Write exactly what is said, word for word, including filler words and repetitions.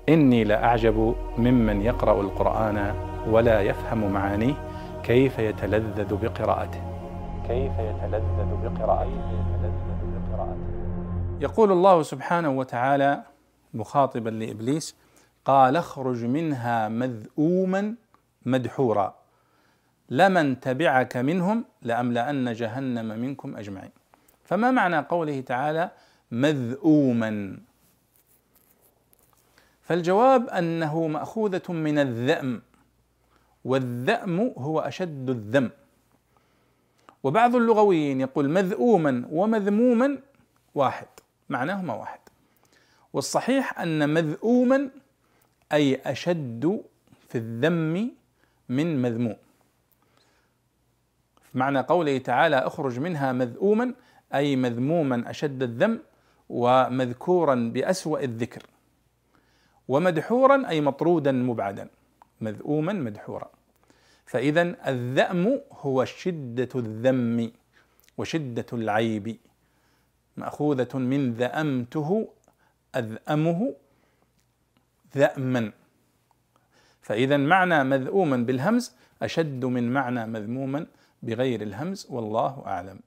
إني لأعجب ممن يقرأ القرآن ولا يفهم معانيه كيف يتلذذ بقراءته كيف يتلذذ بقراءته يقول الله سبحانه وتعالى مخاطبا لإبليس: قال اخرج منها مذءوما مدحورا لمن تبعك منهم لأملأن جهنم منكم أجمعين. فما معنى قوله تعالى مذءوما؟ فالجواب أنه مأخوذة من الذأم، والذأم هو أشد الذم. وبعض اللغويين يقول مذءوما ومذموما واحد، معناهما واحد، والصحيح أن مذءوما أي أشد في الذم من مذموم. معنى قوله تعالى اخرج منها مذءوما أي مذموما أشد الذم ومذكورا بأسوأ الذكر، ومدحورا أي مطرودا مبعدا، مذءوما مدحورا. فإذا الذأم هو شدة الذم وشدة العيب، مأخوذة من ذأمته أذأمه ذأما. فإذا معنى مذءوما بالهمز أشد من معنى مذموما بغير الهمز، والله أعلم.